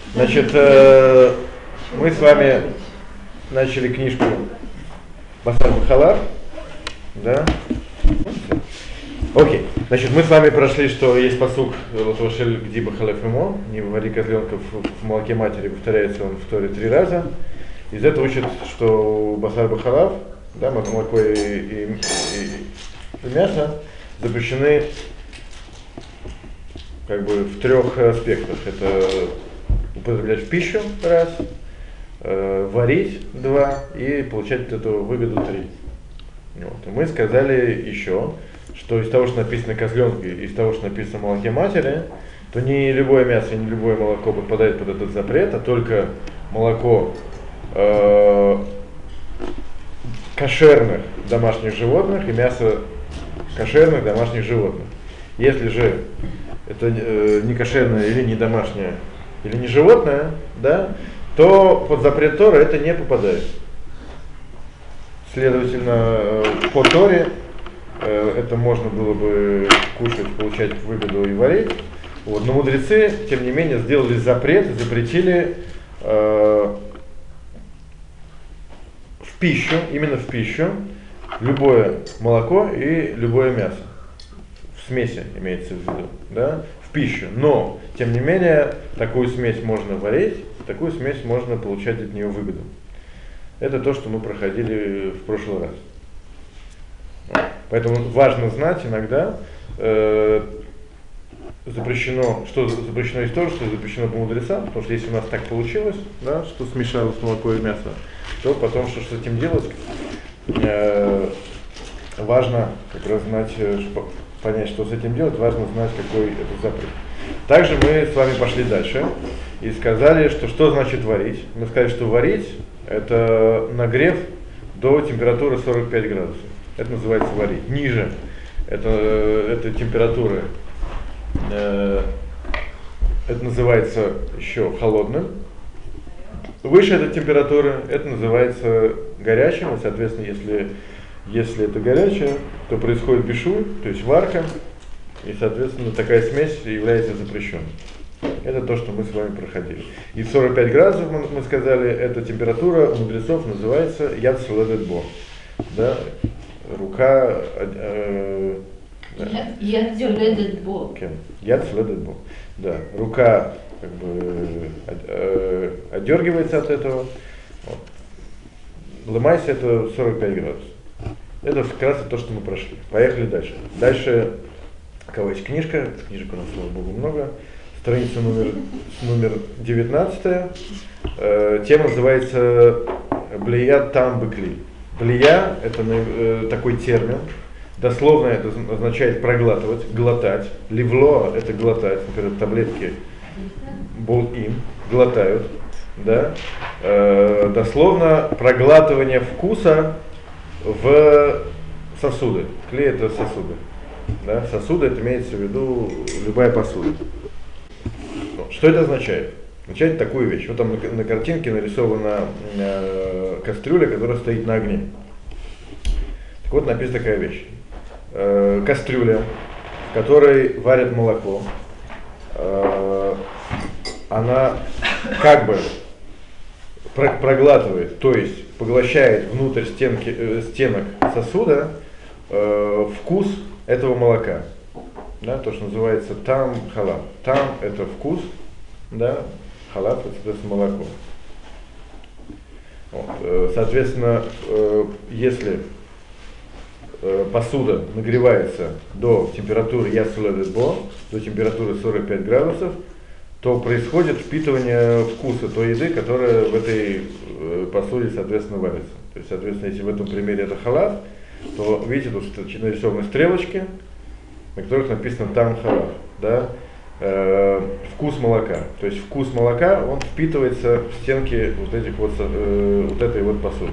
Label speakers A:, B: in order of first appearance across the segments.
A: Значит, мы с вами начали книжку Басар Бахалав, да? Окей. Значит, мы с вами прошли, что есть пасук Лотвашель Гди Бахалев Имо, не вари козленка в молоке матери, повторяется он в Торе 3 раза. Из этого учат, что Басар Бахалав, да, молоко и мясо запрещены как бы в 3 аспектах. Это употреблять в пищу раз, варить 2 и получать эту выгоду 3. Вот. И мы сказали еще, что из того, что написано козленке, из того, что написано в молоке матери, то не любое мясо, не любое молоко подпадает под этот запрет, а только молоко кошерных домашних животных и мясо кошерных домашних животных. Если же это не кошерное или не домашнее, или не животное, да, то под запрет Торы это не попадает. Следовательно, по Торе это можно было бы кушать, получать выгоду и варить. Вот. Но мудрецы, тем не менее, сделали запрет, запретили в пищу, именно в пищу, любое молоко и любое мясо. В смеси имеется в виду, да, в пищу. Но, тем не менее, такую смесь можно варить, такую смесь можно получать от нее выгоду. Это то, что мы проходили в прошлый раз. Поэтому важно знать иногда, запрещено, что запрещено из того, что запрещено по мудрецам, потому что если у нас так получилось, да, что смешалось молоко и мясо, то потом что с этим делать, важно как раз знать, понять, что с этим делать, важно знать, какой это запрет. Также мы с вами пошли дальше и сказали, что значит варить. Мы сказали, что варить это нагрев до температуры 45 градусов. Это называется варить. Ниже этой температуры это называется еще холодным. Выше этой температуры это называется горячим. И, соответственно, если это горячее, то происходит бишуль, то есть варка. И, соответственно, такая смесь является запрещенной. Это то, что мы с вами проходили. И 45 градусов, мы сказали, эта температура у мудрецов называется яд селедет бо. Да? Рука...
B: Яд селедет бо.
A: Яд селедет бо. Да. Рука как бы отдергивается от этого. Вот. Ломайся, это 45 градусов. Это как раз то, что мы прошли. Поехали дальше. Дальше, у кого есть книжка, книжек у нас, слава богу, много. Страница номер 19. Тема называется «Блия там быкли». Блия – это такой термин. Дословно это означает проглатывать, глотать. Ливло – это глотать. Например, таблетки бол-им глотают. Да? Дословно проглатывание вкуса в сосуды. Клей – это сосуды. Да? Сосуды – это имеется в виду любая посуда. Что это означает? Означает такую вещь. Вот там на картинке нарисована кастрюля, которая стоит на огне. Так вот написана такая вещь. Кастрюля, в которой варят молоко, она как бы проглатывает, то есть поглощает внутрь стенок сосуда вкус этого молока. Да, то, что называется там халав. Там это вкус, да, халав это, соответственно, молоко. Вот, соответственно, если посуда нагревается до температуры яд селедет бо, до температуры 45 градусов, то происходит впитывание вкуса той еды, которая в этой посуде, соответственно, варится. То есть, соответственно, если в этом примере это халав, то видите, тут нарисованы стрелочки, на которых написано там халав, да, вкус молока. То есть вкус молока, он впитывается в стенки вот этой вот посуды.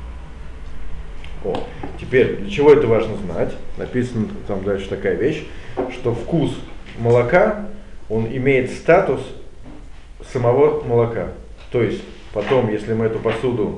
A: Теперь, для чего это важно знать? Написано там дальше такая вещь, что вкус молока, он имеет статус самого молока. То есть потом, если мы эту посуду,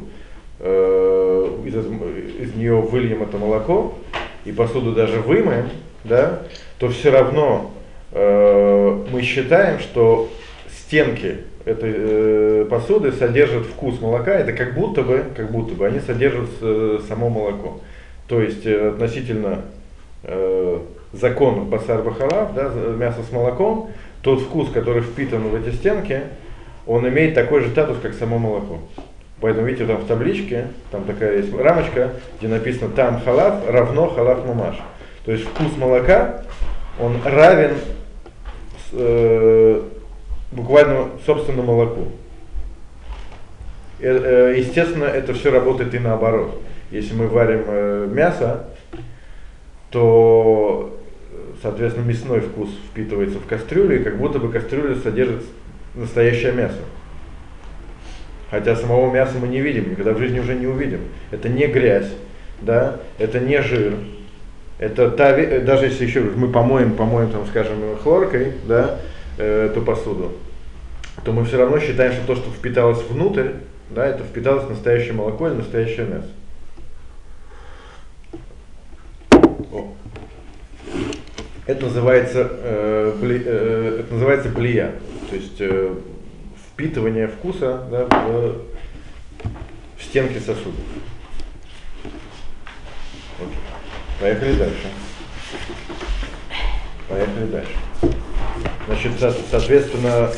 A: из нее выльем это молоко, и посуду даже вымоем, да, то все равно мы считаем, что стенки этой посуды содержит вкус молока, это как будто бы они содержат само молоко. То есть относительно закона басар бахалав, да, мясо с молоком, тот вкус, который впитан в эти стенки, он имеет такой же статус, как само молоко. Поэтому, видите, там в табличке, там такая есть рамочка, где написано там халав равно халав мамаш. То есть вкус молока, он равен буквально собственному молоку. Естественно, это все работает и наоборот. Если мы варим мясо, то, соответственно, мясной вкус впитывается в кастрюлю, и как будто бы кастрюля содержит настоящее мясо. Хотя самого мяса мы не видим, никогда в жизни уже не увидим. Это не грязь, да, это не жир. Это даже если еще мы помоем, там, скажем, хлоркой, да, эту посуду, то мы все равно считаем, что то, что впиталось внутрь, да, это впиталось в настоящее молоко или настоящее мясо. Это называется блия, то есть впитывание вкуса, да, в стенки сосуда. Вот. Поехали дальше. Значит, соответственно,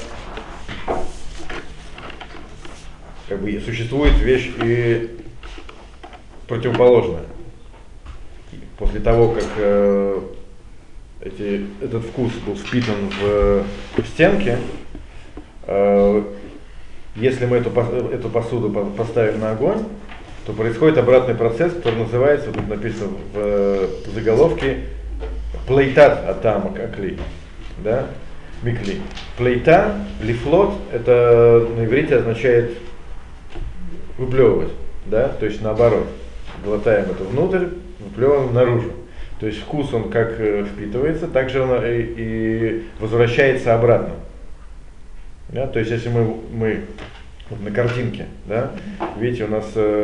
A: как бы существует вещь и противоположная. После того, как этот вкус был впитан в стенки, если мы эту посуду поставим на огонь, то происходит обратный процесс, который называется, тут написано в заголовке, плейтат атам акли, да, микли. Плейта, лифлот, это на иврите означает выплевывать, да, то есть наоборот, глотаем это внутрь, выплевываем наружу. То есть вкус он как впитывается, так же он и возвращается обратно. Да? То есть если мы вот на картинке, да, видите, у нас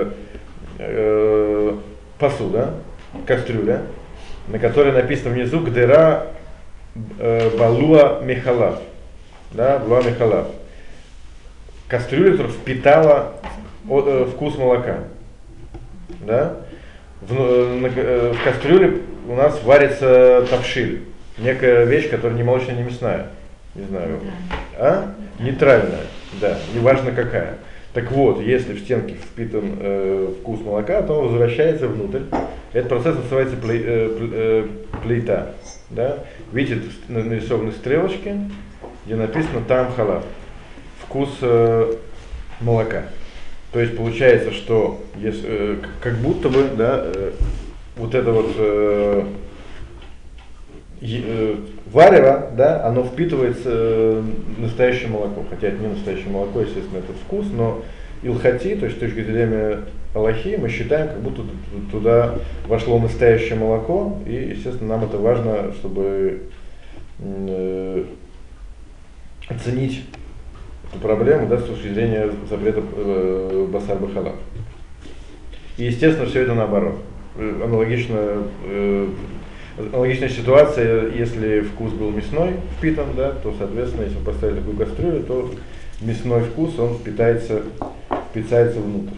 A: посуда, кастрюля, на которой написано внизу гдера балуа михалав, да, балуа михалав. Кастрюля, которая впитала вкус молока, да. В кастрюле у нас варится тавшиль, некая вещь, которая не молочная, не мясная, не знаю, нейтральная, да, неважно какая. Так вот, если в стенке впитан вкус молока, то он возвращается внутрь. Этот процесс называется плейта. Да? Видите, нарисованы стрелочки, где написано там халав, вкус молока. То есть получается, что если, как будто бы, да, вот это вот варево, да, оно впитывается настоящее молоко, хотя это не настоящее молоко, естественно, это вкус, но илхати, то есть с точки зрения алахи, мы считаем, как будто туда вошло настоящее молоко, и, естественно, нам это важно, чтобы оценить эту проблему, да, с точки зрения запрета басар бахалав. И, естественно, все это наоборот. Аналогичная ситуация, если вкус был мясной впитан, да, то, соответственно, если мы поставили такую кастрюлю, то мясной вкус, он впитается внутрь.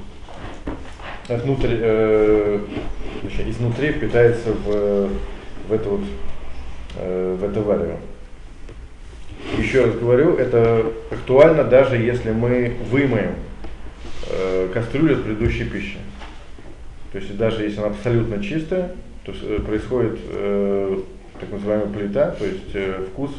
A: Изнутри впитается в это варево. Еще раз говорю, это актуально даже если мы вымоем кастрюлю от предыдущей пищи. То есть даже если она абсолютно чистая, то происходит так называемая плита, то есть вкус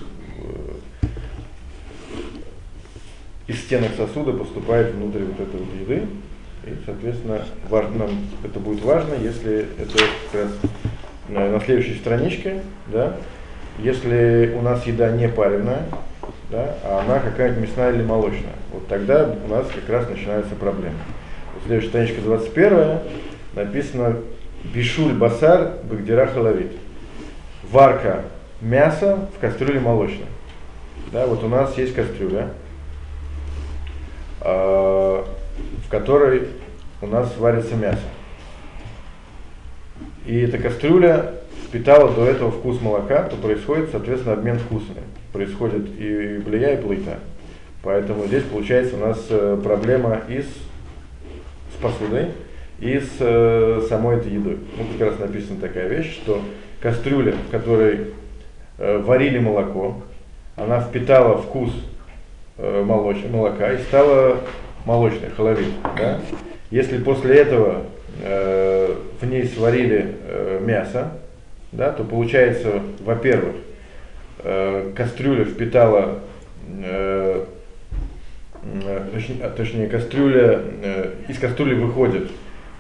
A: из стенок сосуда поступает внутрь вот этой вот еды, и, соответственно, нам это будет важно, если это как раз на следующей страничке, да, если у нас еда не пареная, да, а она какая-нибудь мясная или молочная, вот тогда у нас как раз начинаются проблемы. Вот следующая страничка 21 написано бишуль басар багдира халавит. Варка мяса в кастрюле молочной. Да, вот у нас есть кастрюля, в которой у нас варится мясо. И эта кастрюля впитала до этого вкус молока, то происходит, соответственно, обмен вкусами. Происходит и блия, и плейта. Поэтому здесь получается у нас проблема и с посудой, и с самой этой едой. Ну, как раз написана такая вещь, что кастрюля, в которой варили молоко, она впитала вкус молока и стала молочной, халавит. Да? Если после этого в ней сварили мясо, да, то получается, во-первых, кастрюля впитала, точнее кастрюля, из кастрюли выходит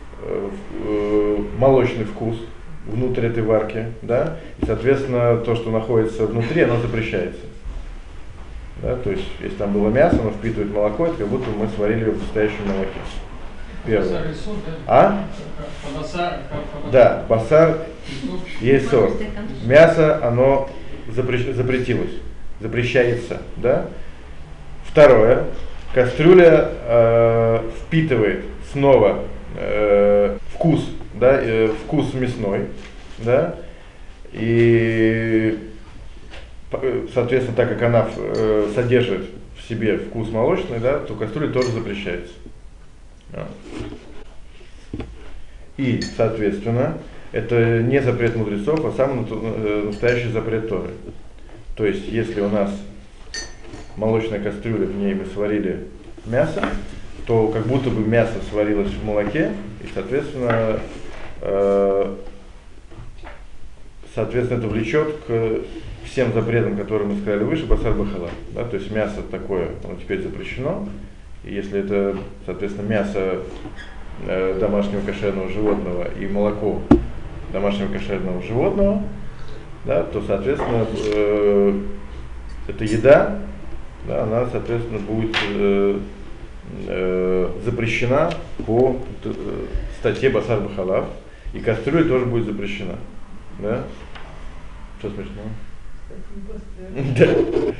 A: молочный вкус внутрь этой варки, да, и, соответственно, то, что находится внутри, оно запрещается. Да, то есть, если там было мясо, оно впитывает молоко, это как будто мы сварили его в настоящем молоке. Первое. А? Да, басар есть сор. Мясо, оно запретилось, запрещается, да. Второе. Кастрюля впитывает снова вкус, да, вкус мясной, да, и, соответственно, так как она содержит в себе вкус молочный, да, то кастрюля тоже запрещается. И, соответственно, это не запрет мудрецов, а самый настоящий запрет Торы. То есть, если у нас молочная кастрюля, в ней мы сварили мясо, то как будто бы мясо сварилось в молоке, и, соответственно, это влечет к всем запретам, которые мы сказали выше, басар бахалав. Да? То есть мясо такое, оно теперь запрещено, и если это, соответственно, мясо домашнего кошерного животного и молоко домашнего кошерного животного, да, то, соответственно, эта еда, да, она, соответственно, будет запрещена по статье басар бахалав, и кастрюля тоже будет запрещена. Да? Что смешного? Да.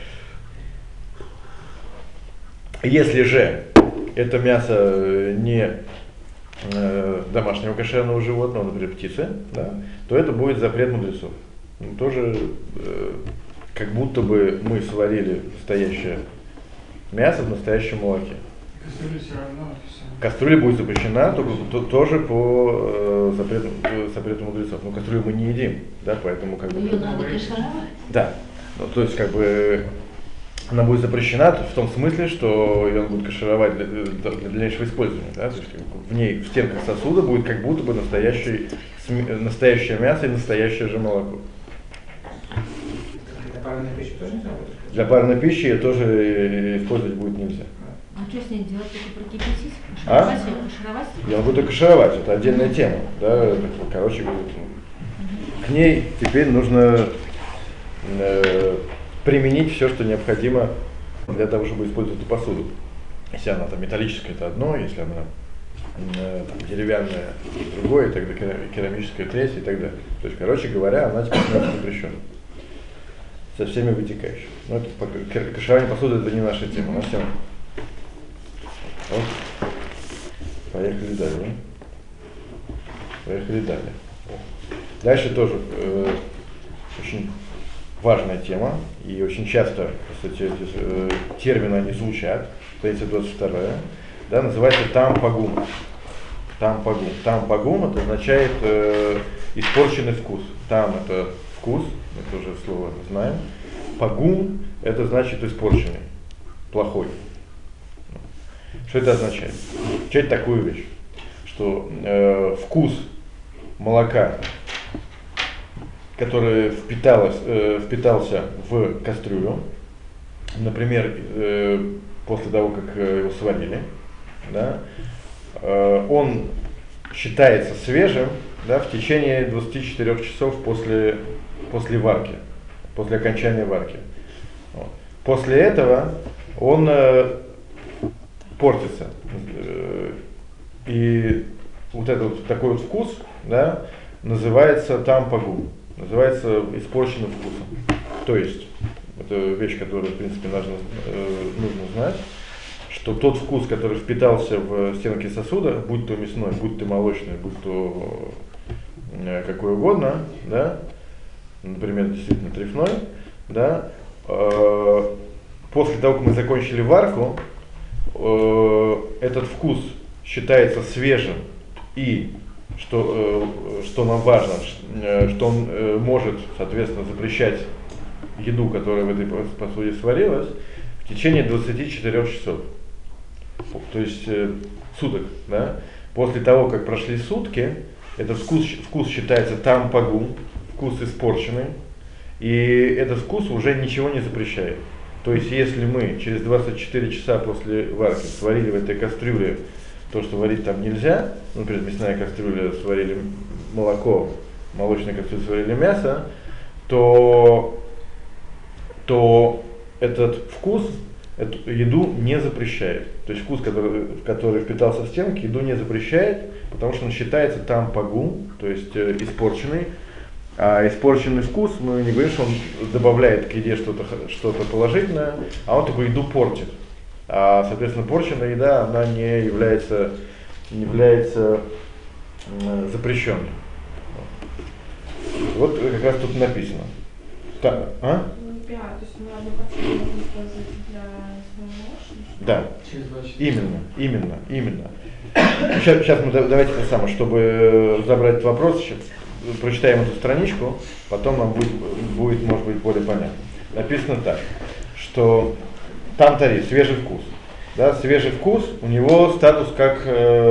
A: Если же это мясо не домашнего кошерного животного, например, птицы, да, то это будет запрет мудрецов. Тоже как будто бы мы сварили настоящее мясо в настоящем молоке. Кастрюля будет запрещена тоже по запрету мудрецов. Но кастрюлю мы не едим, да, поэтому как бы.
B: Ее надо кашировать?
A: Да. Ну, то есть как бы она будет запрещена в том смысле, что ее будут кашировать для дальнейшего использования. Да? То есть в ней, в стенках сосуда будет как будто бы настоящее мясо и настоящее же молоко.
C: Для парной пищи тоже нельзя?
A: Для парной пищи ее тоже использовать будет нельзя.
B: А что с ней делать? Только прокипятить?
A: А?
B: Кашировать?
A: Я буду кашировать, это отдельная тема. Да? Короче, к ней теперь нужно применить все, что необходимо для того, чтобы использовать эту посуду. Если она там металлическая, это одно, если она там, деревянная, другое, тогда керамическая, третья и так далее. То есть, короче говоря, она теперь запрещена. Со всеми вытекающими. Но это каширование посуды это не наша тема, наша тема. Вот. Поехали далее. Дальше тоже очень важная тема, и очень часто, кстати, эти термины они звучат. Страница 22, да, называется там-пагум. Там-пагум. Там-пагум это означает испорченный вкус. Там это вкус, мы тоже слово знаем. Пагум это значит испорченный, плохой. Что это означает? Означает такую вещь, что вкус молока, который впитался в кастрюлю, например, после того, как его сварили, да, он считается свежим, да, в течение 24 часов после варки, после окончания варки. Вот. После этого он портится. И вот этот вот такой вот вкус, да, называется там-пагум, называется испорченным вкусом. То есть, это вещь, которую, в принципе, нужно знать, что тот вкус, который впитался в стенки сосуда, будь то мясной, будь то молочный, будь то какой угодно, да, например, действительно трефной, да, после того, как мы закончили варку, этот вкус считается свежим, и что нам важно, что он может, соответственно, запрещать еду, которая в этой посуде сварилась, в течение 24 часов. То есть суток. Да? После того, как прошли сутки, этот вкус считается тампагу, вкус испорченный, и этот вкус уже ничего не запрещает. То есть если мы через 24 часа после варки сварили в этой кастрюле то, что варить там нельзя, например, мясная кастрюля сварили молоко, молочная кастрюля сварили мясо, то этот вкус эту еду не запрещает. То есть вкус, который впитался в стенки, еду не запрещает, потому что он считается тампагу, то есть испорченный. А испорченный вкус, мы не говорим, что он добавляет к еде что-то положительное, а он такую еду портит. А, соответственно, порченная еда, она не является запрещенной. Вот как раз тут написано.
C: То есть мы одну кастрюлю можем использовать для своего.
A: Да, именно. Сейчас мы давайте это самое, чтобы разобрать этот вопрос, прочитаем эту страничку, потом нам будет, может быть, более понятно. Написано так, что там тари, свежий вкус. Да, свежий вкус, у него статус как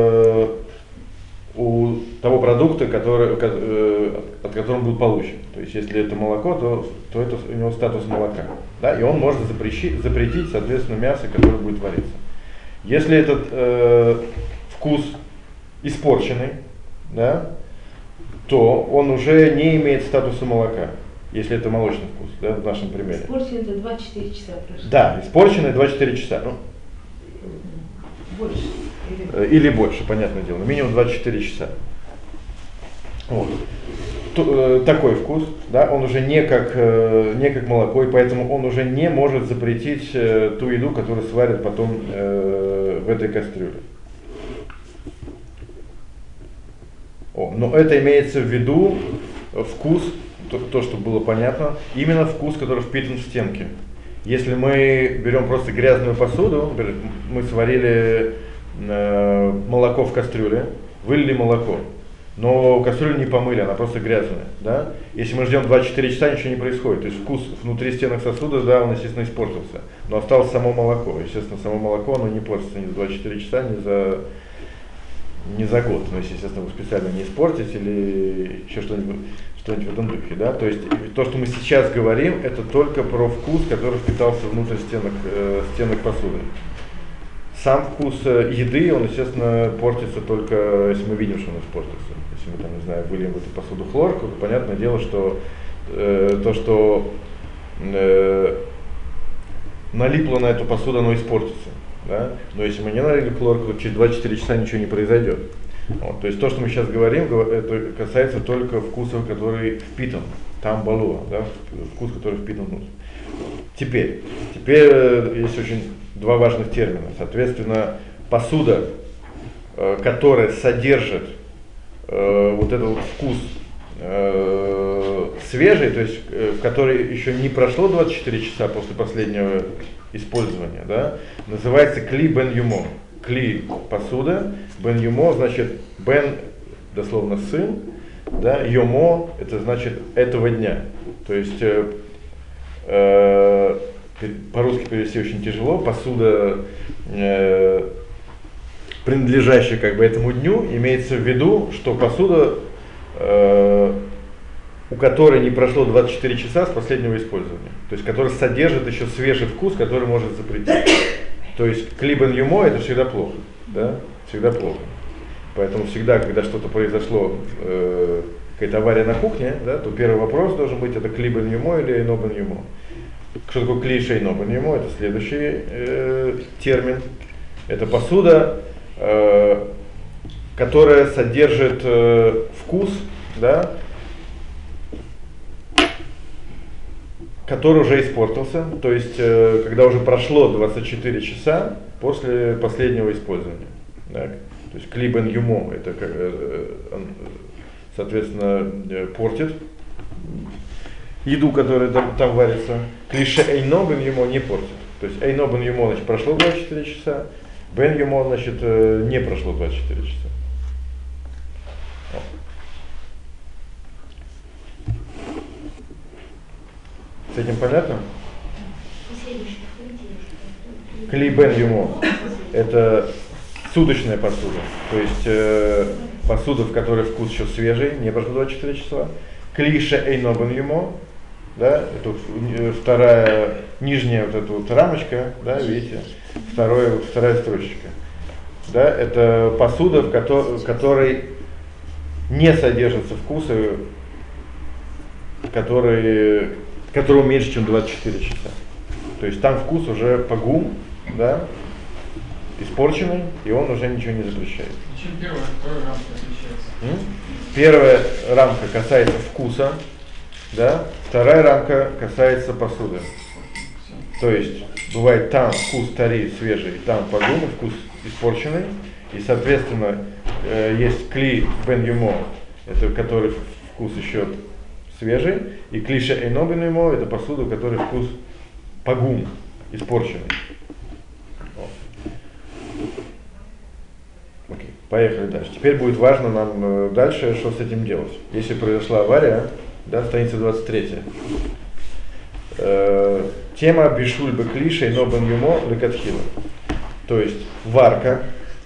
A: у того продукта, от которого он был получен. То есть если это молоко, то это у него статус молока. Да, и он может запретить, соответственно, мясо, которое будет вариться. Если этот вкус испорченный, да, то он уже не имеет статуса молока, если это молочный вкус, да, в нашем примере.
B: Испорченный это 24 часа прошло.
A: Да, испорченный 24 часа.
B: Больше.
A: Или больше, понятное дело, минимум 24 часа. Вот. Такой вкус, да, он уже не как молоко, и поэтому он уже не может запретить ту еду, которую сварят потом в этой кастрюле. Но это имеется в виду вкус, то, что было понятно, именно вкус, который впитан в стенки. Если мы берем просто грязную посуду, мы сварили молоко в кастрюле, вылили молоко, но кастрюлю не помыли, она просто грязная. Да? Если мы ждем 24 часа, ничего не происходит. То есть вкус внутри стенок сосуда, да, он, естественно, испортился. Но осталось само молоко. Естественно, само молоко, оно не портится ни за 24 часа, ни за год. Но если, естественно, вы специально не испортите или еще что-нибудь в этом духе. Да? То есть то, что мы сейчас говорим, это только про вкус, который впитался внутрь стенок посуды. Сам вкус еды, он, естественно, портится только, если мы видим, что он испортился. Если мы, там, не знаю, выльем в эту посуду хлорку, то понятное дело, что то, что налипло на эту посуду, оно испортится. Да? Но если мы не налили хлорку, то через 24 часа ничего не произойдет. Вот. То есть то, что мы сейчас говорим, это касается только вкуса, который впитан, там балуа, да? Вкус, который впитан внутрь. Теперь есть очень два важных термина. Соответственно, посуда, которая содержит вот этот вот вкус свежий, то есть в которой еще не прошло 24 часа после последнего использования, да, называется кли бен юмо. Кли посуда, бен юмо значит бен дословно сын, да, юмо это значит этого дня. То есть по-русски перевести очень тяжело. Посуда, принадлежащая как бы этому дню, имеется в виду, что посуда, у которой не прошло 24 часа с последнего использования, то есть которая содержит еще свежий вкус, который может запретить. То есть клибен юмо это всегда плохо, да? Всегда плохо. Поэтому всегда, когда что-то произошло, какая-то авария на кухне, да, то первый вопрос должен быть, это клибен юмо или нобен юмо. Что такое кли шей нобен юмо? Это следующий термин. Это посуда, которая содержит вкус, да, который уже испортился, то есть когда уже прошло 24 часа после последнего использования. Так? То есть клибен юмо, это соответственно портит еду, которая там варится. Клише эйно бен юмо не портит. То есть Эйно бен Юмо, значит, прошло 24 часа, Бен Юмо, значит, не прошло 24 часа. С этим понятно? Кли бен Юмо – это судочная посуда, то есть посуда, в которой вкус еще свежий, не прошло 24 часа. Клише Эйно бен Юмо, да, это вторая, нижняя вот эта вот рамочка, да, видите, вторая строчечка. Да, это посуда, в которой не содержатся вкусы, которые меньше, чем 24 часа. То есть там вкус уже погум, да, испорченный, и он уже ничего не запрещает.
D: Чем первая, вторая рамка отличается?
A: Первая рамка касается вкуса, да, вторая рамка касается посуды. То есть бывает там вкус тари свежий, там погум, вкус испорченный, и соответственно есть кли бен юмо, это который вкус еще свежий, и клише эйно бен юмо, это посуда, у которой вкус погум, испорченный. Окей, поехали дальше. Теперь будет важно нам дальше, что с этим делать. Если произошла авария, да, страница 23. Тема бишуль беклиша и нобен юмо лекатхила. То есть варка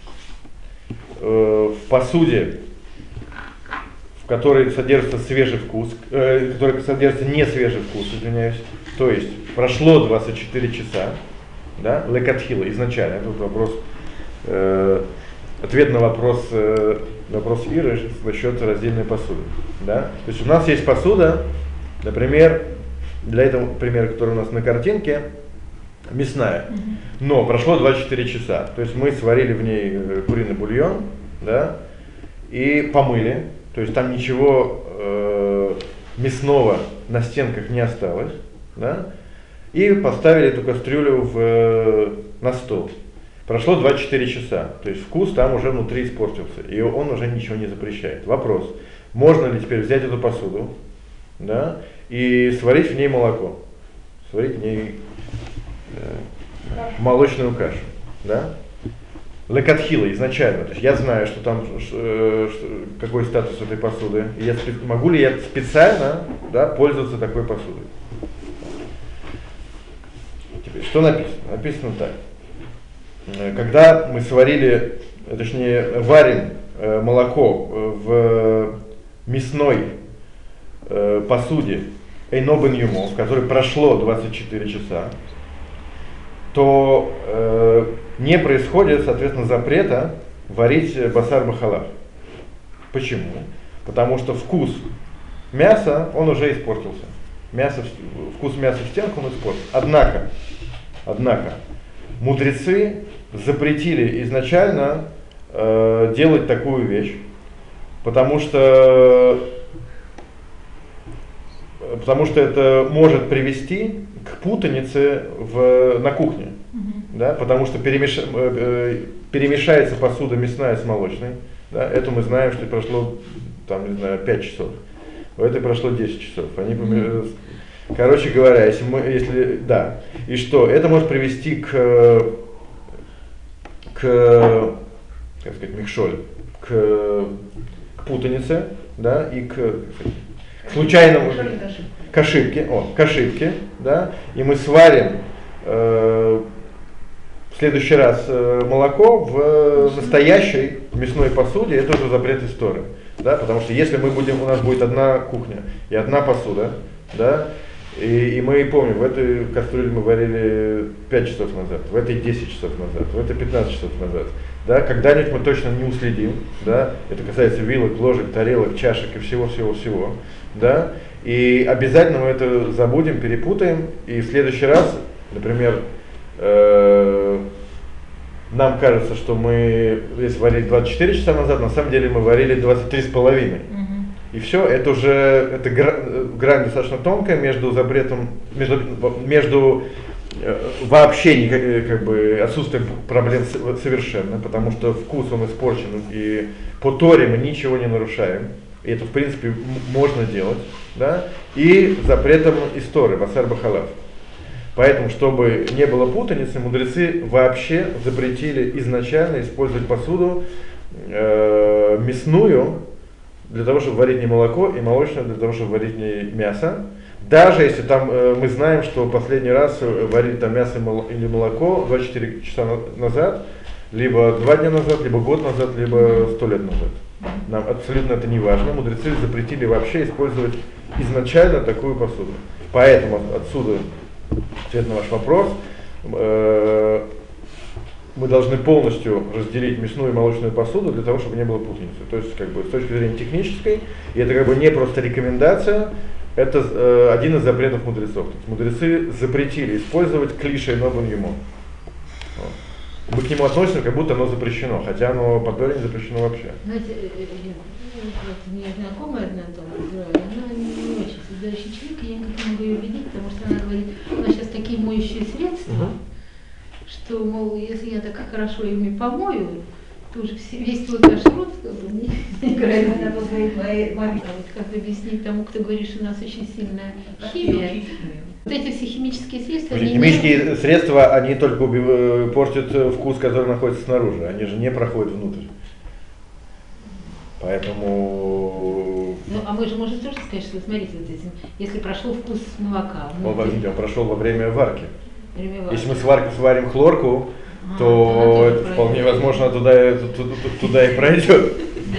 A: в посуде, в которой содержится свежий вкус, в которой содержится не свежий вкус, извиняюсь. То есть прошло 24 часа, да, лекатхила изначально. Это вопрос, ответ на вопрос Иры насчет раздельной посуды. Да? То есть у нас есть посуда, например, для этого примера, который у нас на картинке, мясная, но прошло 24 часа. То есть мы сварили в ней куриный бульон, да, и помыли. То есть там ничего мясного на стенках не осталось, да, и поставили эту кастрюлю на стол. Прошло 24 часа, то есть вкус там уже внутри испортился, и он уже ничего не запрещает. Вопрос, можно ли теперь взять эту посуду, да, и сварить в ней молоко, сварить в ней молочную кашу, да? Лекатхила изначально, то есть я знаю, что там какой статус этой посуды, и могу ли я специально, да, пользоваться такой посудой. Теперь, что написано? Написано так. Когда мы сварили, точнее варим молоко в мясной посуде эйно бен юмо, в которой прошло 24 часа, то не происходит, соответственно, запрета варить басар бахалав. Почему? Потому что вкус мяса, он уже испортился. Вкус мяса в стенку он испортился. Однако, мудрецы запретили изначально делать такую вещь, потому что это может привести к путанице на кухне, да, потому что перемешается посуда мясная с молочной, да, это мы знаем, что прошло там, не знаю, 5 часов, у этой прошло 10 часов, они короче говоря, и что, это может привести к как сказать, микшоль, к путанице, да, и к случайному, к ошибке, да, и мы сварим в следующий раз молоко в настоящей мясной посуде, это уже запрет истории, да, потому что если у нас будет одна кухня и одна посуда, да, и мы помним, в этой кастрюле мы варили 5 часов назад, в этой 10 часов назад, в этой 15 часов назад, да, когда-нибудь мы точно не уследим, да, это касается вилок, ложек, тарелок, чашек и всего, да, и обязательно мы это забудем, перепутаем, и в следующий раз, например, нам кажется, что мы здесь варили 24 часа назад, на самом деле мы варили 23,5. И все, это уже грань достаточно тонкая между запретом, между вообще как бы отсутствием проблем совершенно, потому что вкус он испорчен, и по Торе мы ничего не нарушаем, и это в принципе можно делать, да, и запретом из Торы, басар бахалав. Поэтому, чтобы не было путаницы, мудрецы вообще запретили изначально использовать посуду мясную для того, чтобы варить не молоко, и молочную для того, чтобы варить не мясо. Даже если там мы знаем, что последний раз варили там мясо или молоко 24 часа назад, либо 2 дня назад, либо год назад, либо 100 лет назад. Нам абсолютно это не важно. Мудрецы запретили вообще использовать изначально такую посуду. Поэтому отсюда ответ на ваш вопрос. Мы должны полностью разделить мясную и молочную посуду для того, чтобы не было путаницы. То есть, как бы, с точки зрения технической, и это как бы не просто рекомендация, это один из запретов мудрецов. То есть, мудрецы запретили использовать клише нобан юмо. Мы к нему относимся, как будто оно запрещено, хотя оно по Торе не запрещено вообще.
B: Знаете, вот мне знакомая одна там в Израиле, она не очень соблюдающий человек, и я никак не могу ее убедить, потому что она говорит, у нас сейчас такие моющие средства, что, мол, если я так хорошо ими помою, то уже весь твой кашрут не играет. Она говорит моей маме, а вот как объяснить тому, кто говорит, что у нас очень сильная химия. Вот эти все химические средства...
A: Химические средства, они только портят вкус, который находится снаружи, они же не проходят внутрь. Поэтому...
B: Ну, а мы же можем тоже сказать, что, смотрите, вот этим, если прошел вкус молока...
A: Он прошел во время варки. Если мы сварим хлорку, то это вполне возможно туда и пройдет.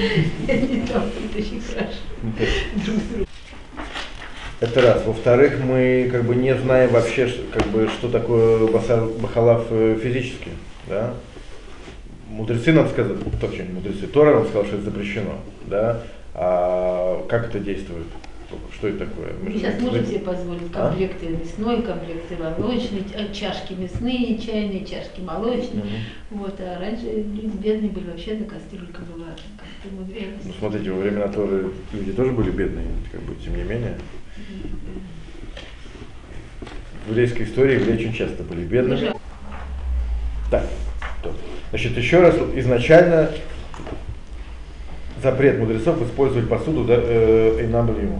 A: Это раз. Во-вторых, мы как бы не знаем вообще, как бы, что такое бахалав физически. Да? Мудрецы нам сказали, точнее мудрецы, Тора нам сказал, что это запрещено. Да? А как это действует? Что это такое?
B: Мы сейчас можем себе позволить комплекты мясной, комплекты молочные, чашки мясные, чайные, чашки молочные. Вот, а раньше люди бедные были, вообще эта кастрюлька была как-то мудрее.
A: Ну, смотрите, во времена Торы люди тоже были бедные, как бы, тем не менее. В еврейской истории евреи очень часто были бедными. Так, значит, еще раз, изначально запрет мудрецов использовать посуду эйнам ему.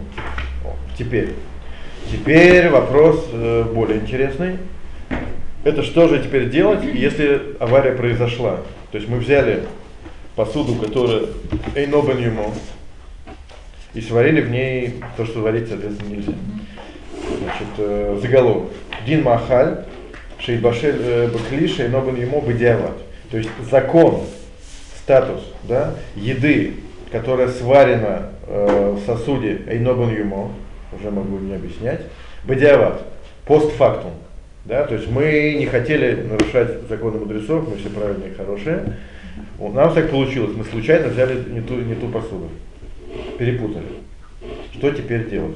A: Теперь вопрос более интересный. Это что же теперь делать, если авария произошла? То есть мы взяли посуду, которая эйнам ему, и сварили в ней то, что варить, соответственно, нельзя. Значит, заголовок. Дин махаль, шейбашель бахли, шейнам ему бедиават. То есть закон, статус, да, еды, которая сварена в сосуде эйнобан юмо, уже могу не объяснять, бадиават, постфактум, да, то есть мы не хотели нарушать законы мудрецов, мы все правильные и хорошие, у нас так получилось, мы случайно взяли не ту посуду, перепутали. Что теперь делать?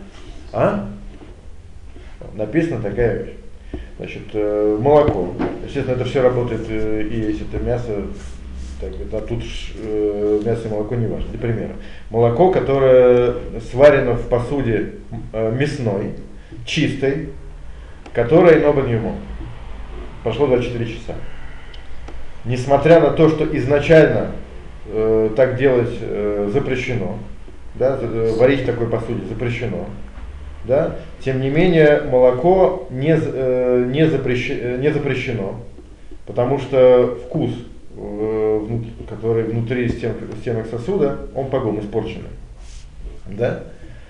A: Написана такая вещь. Значит, молоко, естественно, это все работает, и если это мясо, так, а тут мясо и молоко не важно. Для примера. Молоко, которое сварено в посуде мясной, чистой, которое нобан ему. Прошло 24 часа. Несмотря на то, что изначально так делать запрещено, да, варить в такой посуде запрещено, да, тем не менее молоко не запрещено, потому что вкус, который внутри стенок сосуда, он по-другому испорченный. Да?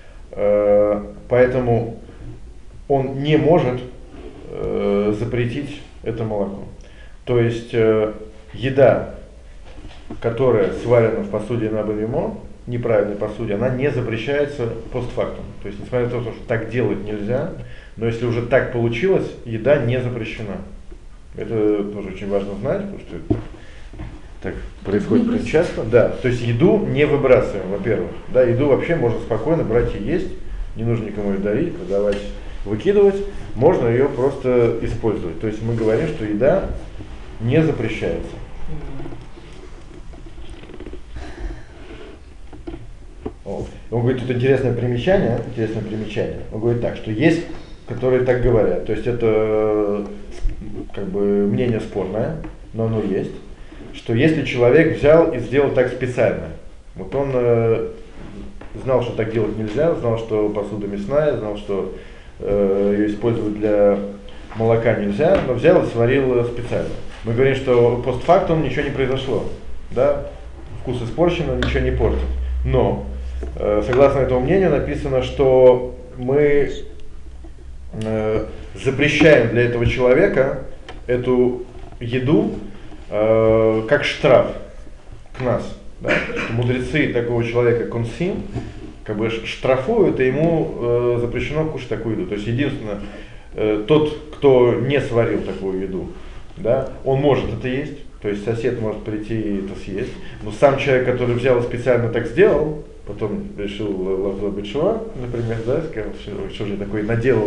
A: Поэтому он не может запретить это молоко. То есть еда, которая сварена в посуде на бавимо, неправильной посуде, она не запрещается постфактум. То есть, несмотря на то, что так делать нельзя, но если уже так получилось, еда не запрещена. Это тоже очень важно знать, потому что так происходит очень часто. Да, то есть еду не выбрасываем, во-первых. Да, еду вообще можно спокойно брать и есть, не нужно никому ее дарить, продавать, выкидывать, можно ее просто использовать. То есть мы говорим, что еда не запрещается. Он говорит, тут интересное примечание. Он говорит так, что есть, которые так говорят. То есть это как бы мнение спорное, но оно есть. Что если человек взял и сделал так специально, вот он знал, что так делать нельзя, знал, что посуда мясная, знал, что ее используют для молока нельзя, но взял и сварил специально. Мы говорим, что постфактум ничего не произошло, да, вкус испорчен, ничего не портит. Но, согласно этому мнению, написано, что мы запрещаем для этого человека эту еду как штраф к нас. Да? Мудрецы такого человека, консим, как бы штрафуют, и ему запрещено кушать такую еду. То есть единственное, тот, кто не сварил такую еду, да, он может это есть, то есть сосед может прийти и это съесть, но сам человек, который взял и специально так сделал, потом решил лавзо бетшува, например, да, сказал, что же я такой наделал,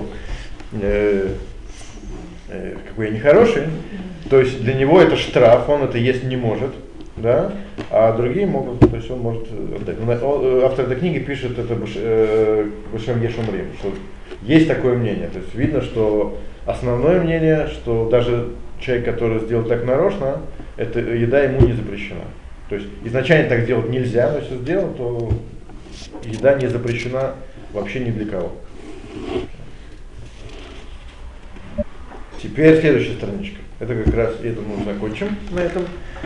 A: какой я нехороший, то есть для него это штраф, он это есть не может, да, а другие могут, то есть он может отдать. Автор этой книги пишет это Бешем Еш Омрим, что есть такое мнение, то есть видно, что основное мнение, что даже человек, который сделал так нарочно, эта еда ему не запрещена. То есть изначально так делать нельзя, но если сделал, то еда не запрещена вообще ни для кого. Теперь следующая страничка. Это как раз, это мы закончим на этом.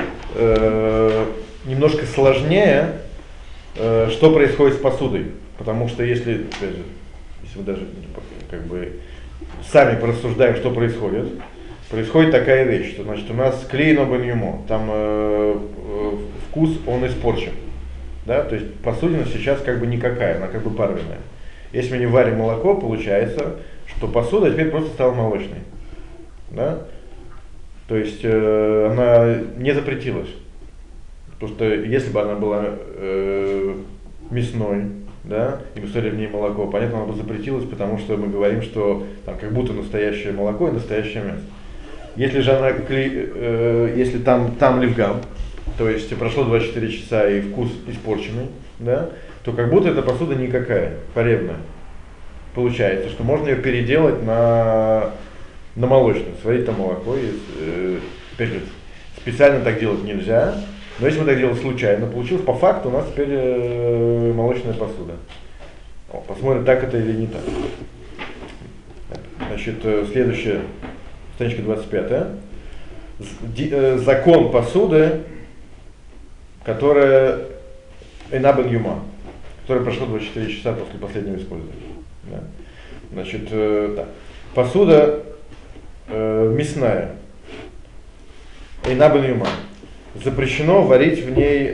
A: Немножко сложнее, что происходит с посудой. Потому что если, опять же, если мы даже как бы сами порассуждаем, что происходит такая вещь, что значит у нас клейно баньюмо, там вкус он испорчен. Да? То есть посудина сейчас как бы никакая, она как бы парвенная. Если мы не варим молоко, получается, что посуда теперь просто стала молочной. Да? То есть она не запретилась. Потому что если бы она была мясной, да, и мы ставили в ней молоко, понятно, она бы запретилась, потому что мы говорим, что там как будто настоящее молоко и настоящее мясо. Если же она, если там ливгам, то есть прошло 24 часа и вкус испорченный, да, то как будто эта посуда никакая, поребная. Получается, что можно ее переделать на молочную, сварить там молоко. Опять же, специально так делать нельзя, но если мы так делали случайно, получилось по факту у нас теперь молочная посуда. Посмотрим, так это или не так. Значит, следующая, страничка 25. Закон посуды, которая Эйна бен Юма, которая прошло 24 часа после последнего использования. Да. Значит, так. Посуда мясная, Эйна бен Юма. Запрещено варить в ней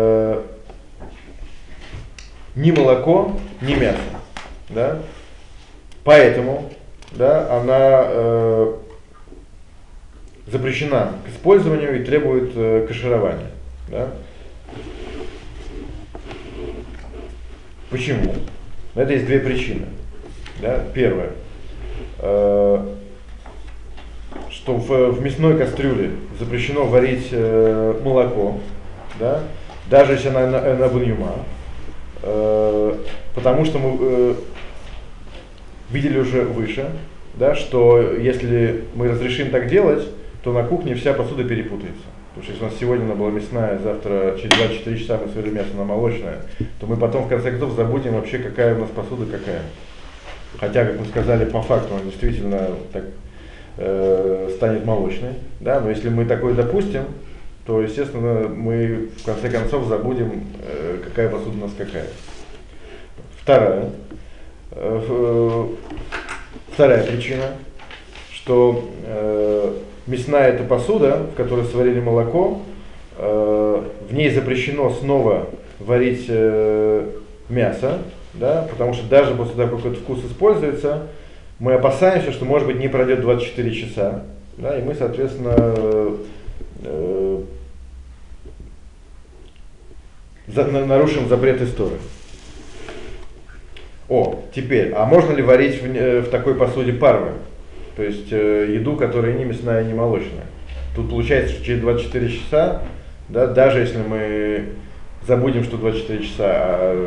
A: ни молоко, ни мясо. Да? Поэтому, да, она запрещена к использованию и требует каширования. Да? Почему? На это есть две причины. Да? Первое, что в мясной кастрюле запрещено варить молоко, да? Даже если она на буньюма, потому что мы видели уже выше, да, что если мы разрешим так делать, то на кухне вся посуда перепутается. Потому что если у нас сегодня она была мясная, завтра через 24 часа мы сварили мясо на молочное, то мы потом в конце концов забудем вообще, какая у нас посуда какая. Хотя, как мы сказали, по факту она действительно так станет молочной, да, но если мы такое допустим, то, естественно, мы в конце концов забудем, какая посуда у нас какая. Вторая причина, что мясная это посуда, в которой сварили молоко, в ней запрещено снова варить мясо, да, потому что даже после того, как этот вкус используется, мы опасаемся, что, может быть, не пройдет 24 часа, да, и мы, соответственно, нарушим запрет истории. Теперь, а можно ли варить в такой посуде парвы? То есть еду, которая не мясная, не молочная. Тут получается, что через 24 часа, да, даже если мы забудем, что 24 часа, а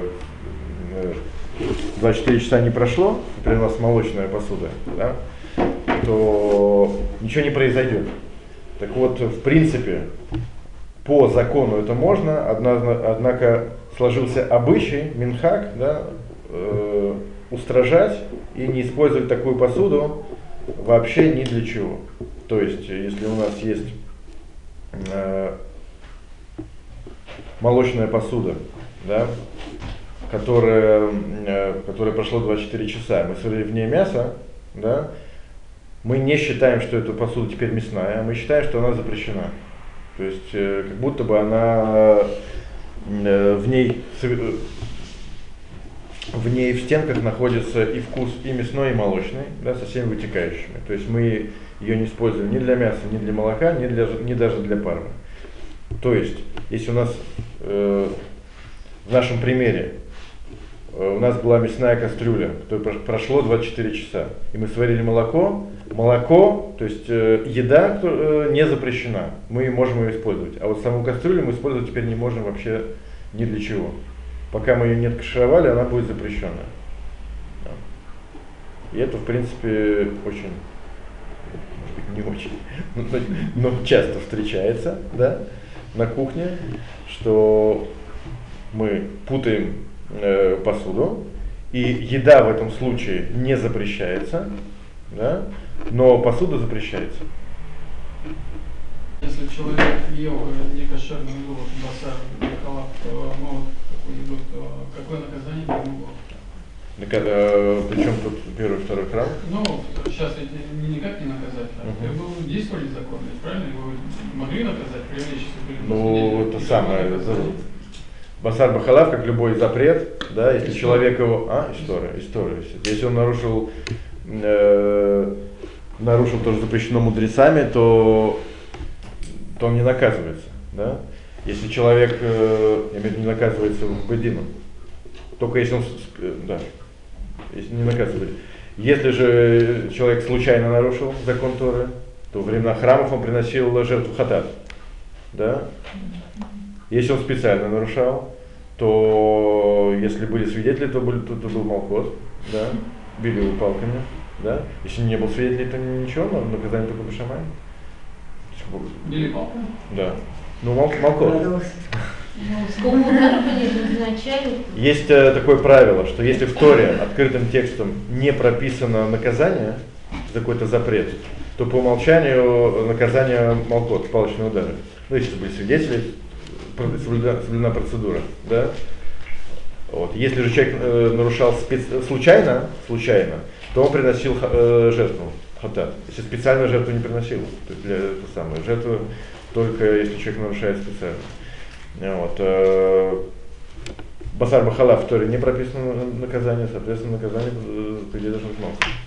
A: 24 часа не прошло, например, у нас молочная посуда, да, то ничего не произойдет. Так вот, в принципе, по закону это можно, однако сложился обычай, минхаг, да, устражать и не использовать такую посуду вообще ни для чего. То есть, если у нас есть молочная посуда, да, которая прошло 24 часа, мы сварили в ней мясо, да, мы не считаем, что эта посуда теперь мясная, мы считаем, что она запрещена. То есть, как будто бы она в ней в стенках находится и вкус и мясной, и молочный, да, со всеми вытекающими. То есть мы ее не используем ни для мяса, ни для молока, ни даже для пармы. То есть, если у нас в нашем примере у нас была мясная кастрюля, которая прошло 24 часа, и мы сварили молоко, то есть еда не запрещена, мы можем ее использовать. А вот саму кастрюлю мы использовать теперь не можем вообще ни для чего. Пока мы ее не откашировали, она будет запрещенная. И это, в принципе, очень, может быть, не очень, но часто встречается, да, на кухне, что мы путаем посуду, и еда в этом случае не запрещается, да, но посуда запрещается.
D: Если человек ел некошерную еду, басар, халав, то такую еду, то какое наказание ему было?
A: Причем тут первый, второй храм?
D: Ну, сейчас ведь никак не наказать. Действовали законы, правильно? Его могли наказать, привлечь, если были.
A: Ну, это самое. Басар бахалав, как любой запрет, да, если человек его... История. Если он нарушил то, что запрещено мудрецами, то он не наказывается, да. Если человек, не наказывается в Бедину, только если он, да, если не наказывает. Если же человек случайно нарушил закон Торы, то во времена храмов он приносил жертву хатат, да. Если он специально нарушал, то если были свидетели, то был молкот, да, били его палками, да. Если не был свидетелей, то ничего, но наказание только бешамай.
D: Били палками?
A: Да. Ну, молкот. Есть такое правило, что если в Торе открытым текстом не прописано наказание за какой-то запрет, то по умолчанию наказание молкот, палочные удары. Ну, если были свидетели, соблюдена процедура, да? Вот. Если же человек нарушал случайно, то он приносил жертву, хатат. Если специально жертву не приносил, то есть жертву только если человек нарушает специально. Вот. Басар бахалав в Торе не прописано наказание, соответственно, наказание по идее должно быть молчать.